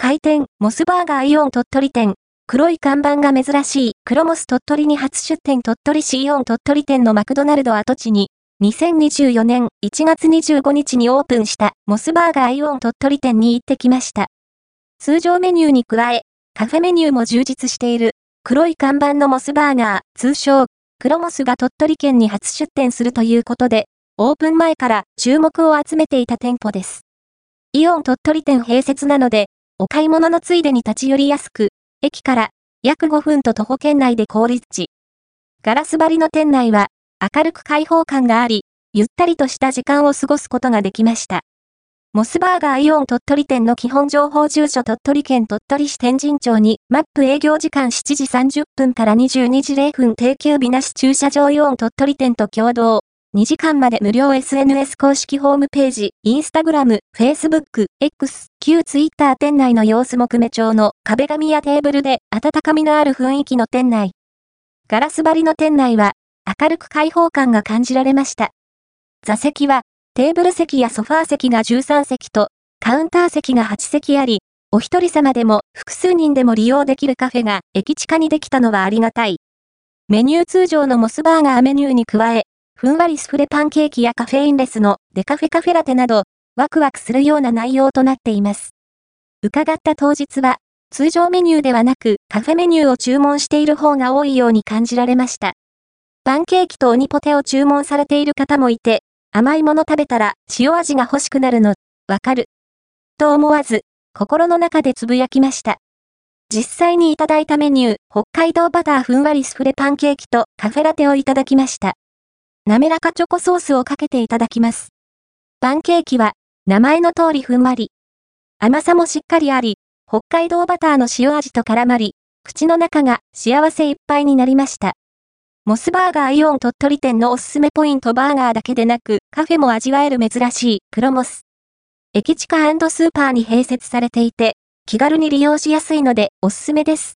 開店、モスバーガーイオン鳥取店。黒い看板が珍しい、黒モス鳥取に初出店鳥取市イオン鳥取店のマクドナルド跡地に、2024年1月25日にオープンしたモスバーガーイオン鳥取店に行ってきました。通常メニューに加え、カフェメニューも充実している、黒い看板のモスバーガー、通称、黒モスが鳥取県に初出店するということで、オープン前から注目を集めていた店舗です。イオン鳥取店併設なので、お買い物のついでに立ち寄りやすく、駅から約5分と徒歩圏内で好立地。ガラス張りの店内は明るく開放感があり、ゆったりとした時間を過ごすことができました。モスバーガーイオン鳥取店の基本情報住所鳥取県鳥取市天神町にマップ営業時間7時30分から22時0分定休日なし駐車場イオン鳥取店と共同。2時間まで無料 SNS 公式ホームページ、インスタグラム、フェイスブック、X、旧ツイッター店内の様子木目調の壁紙やテーブルで温かみのある雰囲気の店内。ガラス張りの店内は明るく開放感が感じられました。座席はテーブル席やソファー席が13席とカウンター席が8席あり、お一人様でも複数人でも利用できるカフェが駅近にできたのはありがたい。メニュー通常のモスバーガーメニューに加え、ふんわりスフレパンケーキやカフェインレスのデカフェカフェラテなど、ワクワクするような内容となっています。伺った当日は、通常メニューではなくカフェメニューを注文している方が多いように感じられました。パンケーキとオニポテを注文されている方もいて、甘いもの食べたら塩味が欲しくなるの、わかる。と思わず、心の中でつぶやきました。実際にいただいたメニュー、北海道バターふんわりスフレパンケーキとカフェラテをいただきました。滑らかチョコソースをかけていただきます。パンケーキは、名前の通りふんわり。甘さもしっかりあり、北海道バターの塩味と絡まり、口の中が幸せいっぱいになりました。モスバーガーイオン鳥取店のおすすめポイントバーガーだけでなく、カフェも味わえる珍しい黒モス。駅地下&スーパーに併設されていて、気軽に利用しやすいのでおすすめです。